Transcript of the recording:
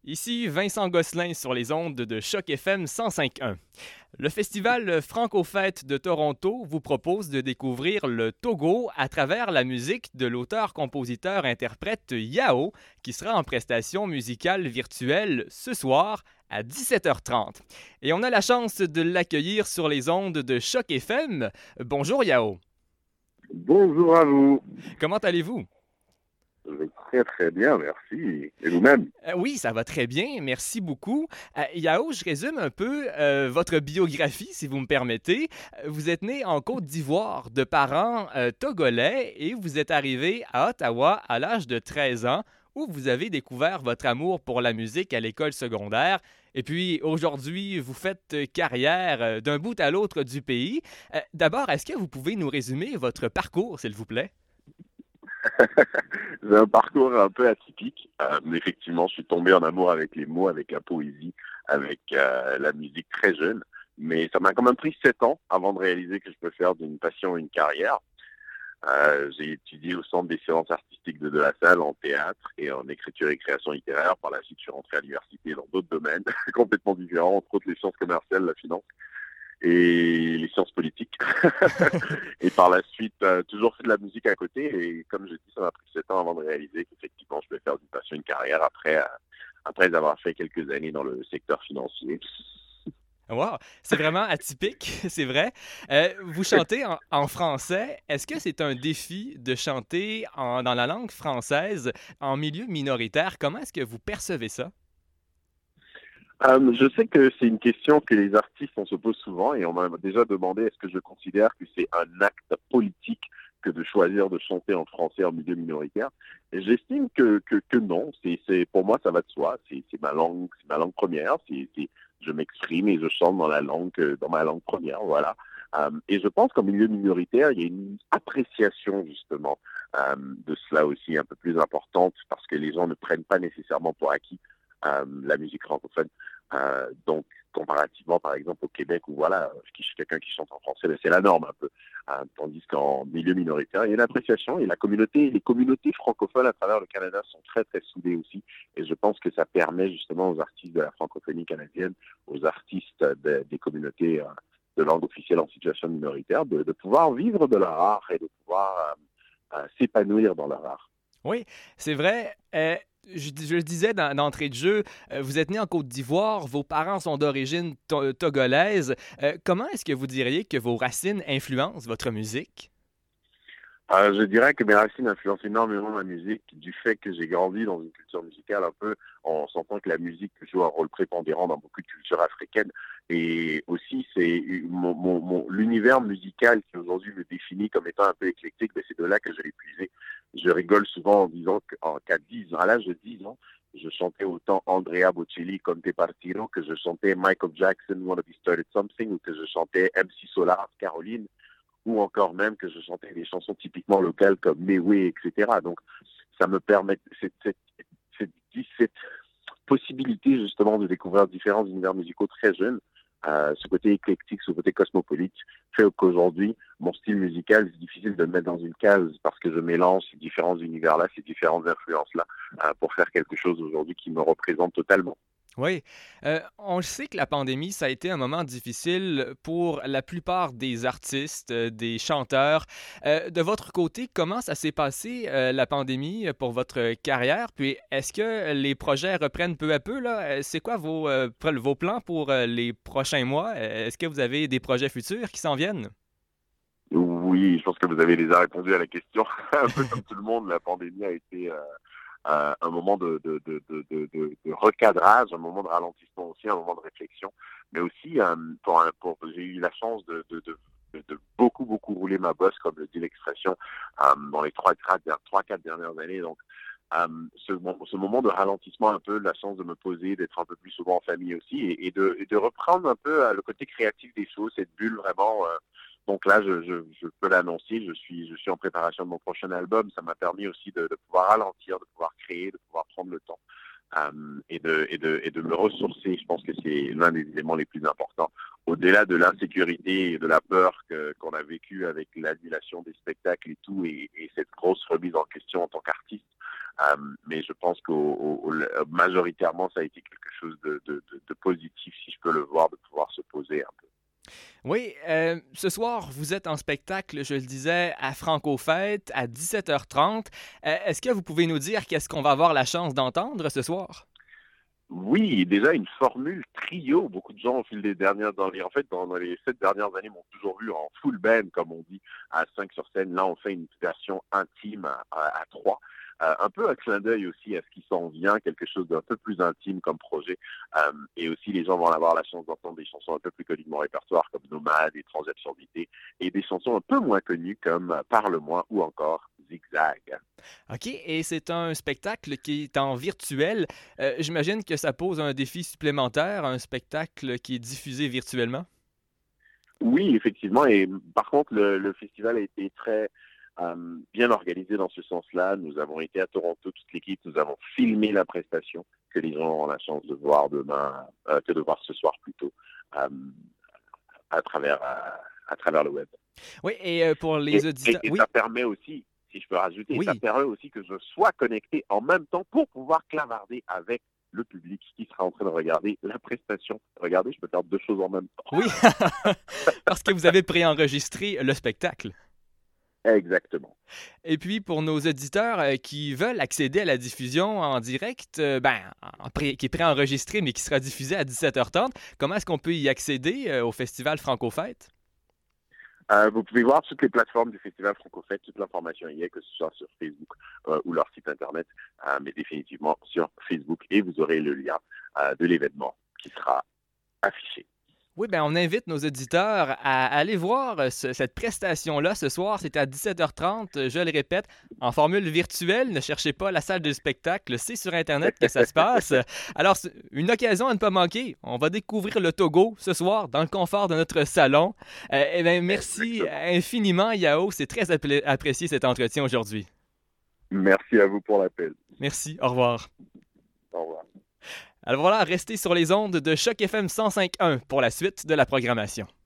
Ici Vincent Gosselin sur les ondes de Choc FM 105.1. Le Festival Franco-Fête de Toronto vous propose de découvrir le Togo à travers la musique de l'auteur-compositeur-interprète Yao, qui sera en prestation musicale virtuelle ce soir à 17h30. Et on a la chance de l'accueillir sur les ondes de Choc FM. Bonjour Yao. Bonjour à vous. Comment allez-vous? Je vais très très bien, merci. Et vous-même? Oui, ça va très bien, merci beaucoup. Yao, je résume un peu votre biographie, si vous me permettez. Vous êtes né en Côte d'Ivoire de parents togolais et vous êtes arrivé à Ottawa à l'âge de 13 ans où vous avez découvert votre amour pour la musique à l'école secondaire. Et puis aujourd'hui, vous faites carrière d'un bout à l'autre du pays. D'abord, est-ce que vous pouvez nous résumer votre parcours, s'il vous plaît? J'ai un parcours un peu atypique. Mais effectivement, je suis tombé en amour avec les mots, avec la poésie, avec la musique très jeune. Mais ça m'a quand même pris 7 ans avant de réaliser que je peux faire d'une passion une carrière. J'ai étudié au Centre des sciences artistiques de La Salle en théâtre et en écriture et création littéraire. Par la suite, je suis rentré à l'université dans d'autres domaines complètement différents, entre autres les sciences commerciales, la finance et les sciences politiques. Et par la suite, toujours fait de la musique à côté. Et comme je dis, ça m'a pris 7 ans avant de réaliser qu'effectivement, je vais faire d'une passion une carrière après avoir fait quelques années dans le secteur financier. Wow, c'est vraiment atypique, c'est vrai. Vous chantez en français. Est-ce que c'est un défi de chanter dans la langue française en milieu minoritaire? Comment est-ce que vous percevez ça? Je sais que c'est une question que les artistes on se pose souvent et on m'a déjà demandé est-ce que je considère que c'est un acte politique que de choisir de chanter en français en milieu minoritaire. Et j'estime que non, pour moi ça va de soi, c'est ma langue première, je m'exprime et je chante dans ma langue première, voilà. Et je pense qu'en milieu minoritaire, il y a une appréciation justement de cela aussi un peu plus importante parce que les gens ne prennent pas nécessairement pour acquis la musique francophone. Donc, comparativement, par exemple, au Québec, où voilà, je suis quelqu'un qui chante en français, c'est la norme un peu. Tandis qu'en milieu minoritaire, il y a une appréciation et les communautés francophones à travers le Canada sont très, très soudées aussi. Et je pense que ça permet justement aux artistes de la francophonie canadienne, aux artistes des communautés de langue officielle en situation minoritaire, de pouvoir vivre de leur art et de pouvoir s'épanouir dans leur art. Oui, c'est vrai. Je le disais d'entrée de jeu, vous êtes né en Côte d'Ivoire, vos parents sont d'origine togolaise. Comment est-ce que vous diriez que vos racines influencent votre musique? Je dirais que mes racines influencent énormément ma musique du fait que j'ai grandi dans une culture musicale un peu en sentant que la musique joue un rôle prépondérant dans beaucoup de cultures africaines. Et aussi, c'est l'univers musical qui aujourd'hui me définit comme étant un peu éclectique, mais c'est de là que je l'ai puisé. Je rigole souvent en disant qu'à 10 ans, à l'âge de 10 ans, je chantais autant Andrea Bocelli, Conte Partiro, que je chantais Michael Jackson, Wanna Be Started Something, ou que je chantais MC Solar, Caroline, ou encore même que je chantais des chansons typiquement locales comme Mewe, etc. Donc, ça me permet, cette possibilité justement de découvrir différents univers musicaux très jeunes, ce côté éclectique, ce côté cosmopolite, fait qu'aujourd'hui, mon style musical, c'est difficile de le mettre dans une case parce que je mélange ces différents univers-là, ces différentes influences-là, pour faire quelque chose aujourd'hui qui me représente totalement. Oui, on le sait que la pandémie, ça a été un moment difficile pour la plupart des artistes, des chanteurs. De votre côté, comment ça s'est passé, la pandémie, pour votre carrière? Puis, est-ce que les projets reprennent peu à peu, là? C'est quoi vos plans pour les prochains mois? Est-ce que vous avez des projets futurs qui s'en viennent? Oui, je pense que vous avez déjà répondu à la question. Un peu comme tout le monde, la pandémie a été un moment de recadrage, un moment de ralentissement aussi, un moment de réflexion, mais aussi j'ai eu la chance de beaucoup, beaucoup rouler ma bosse, comme le dit l'expression, dans les 3-4 dernières années. Donc, ce moment de ralentissement un peu, la chance de me poser, d'être un peu plus souvent en famille aussi, et de reprendre un peu le côté créatif des choses, cette bulle vraiment. Donc là, je peux l'annoncer, je suis en préparation de mon prochain album. Ça m'a permis aussi de pouvoir ralentir, de pouvoir créer, de pouvoir prendre le temps. et de me ressourcer. Je pense que c'est l'un des éléments les plus importants. Au-delà de l'insécurité et de la peur qu'on a vécu avec l'annulation des spectacles et tout, et cette grosse remise en question en tant qu'artiste, mais je pense majoritairement, ça a été quelque chose de positif, si je peux le voir, de pouvoir se poser un peu. Oui, ce soir, vous êtes en spectacle, je le disais, à Franco-Fête, à 17h30. Est-ce que vous pouvez nous dire qu'est-ce qu'on va avoir la chance d'entendre ce soir? Oui, déjà une formule trio. Beaucoup de gens au fil des dernières, dans les 7 dernières années, m'ont toujours vu en full band, comme on dit, à 5 sur scène. Là, on fait une version intime à 3. Un peu un clin d'œil aussi à ce qui s'en vient, quelque chose d'un peu plus intime comme projet. Et aussi, les gens vont avoir la chance d'entendre des chansons un peu plus connues de mon répertoire, comme Nomade et Transabsurdité, et des chansons un peu moins connues, comme Parle-moi ou encore Zigzag. OK, et c'est un spectacle qui est en virtuel. J'imagine que ça pose un défi supplémentaire, un spectacle qui est diffusé virtuellement. Oui, effectivement. Et par contre, le festival a été très bien organisé dans ce sens-là. Nous avons été à Toronto, toute l'équipe. Nous avons filmé la prestation que les gens auront la chance de voir demain, que de voir ce soir plutôt, euh, à travers le web. Oui, et pour les auditeurs... Et Oui, ça permet aussi, si je peux rajouter, ça oui. permet aussi que je sois connecté en même temps pour pouvoir clavarder avec le public qui sera en train de regarder la prestation. Regardez, je peux faire deux choses en même temps. Oui, parce que vous avez préenregistré le spectacle. Exactement. Et puis, pour nos auditeurs qui veulent accéder à la diffusion en direct, qui est préenregistrée, mais qui sera diffusée à 17h30, comment est-ce qu'on peut y accéder au Festival Franco-Fête? Vous pouvez voir toutes les plateformes du Festival Franco-Fête, toute l'information y est, que ce soit sur Facebook ou leur site internet, mais définitivement sur Facebook, et vous aurez le lien de l'événement qui sera affiché. Oui, ben on invite nos auditeurs à aller voir cette prestation-là ce soir. C'est à 17h30, je le répète, en formule virtuelle. Ne cherchez pas la salle de spectacle, c'est sur Internet que ça se passe. Alors, c'est une occasion à ne pas manquer. On va découvrir le Togo ce soir dans le confort de notre salon. Eh bien, merci infiniment, Yao. C'est très apprécié cet entretien aujourd'hui. Merci à vous pour l'appel. Merci, au revoir. Au revoir. Alors voilà, restez sur les ondes de Choc FM 105.1 pour la suite de la programmation.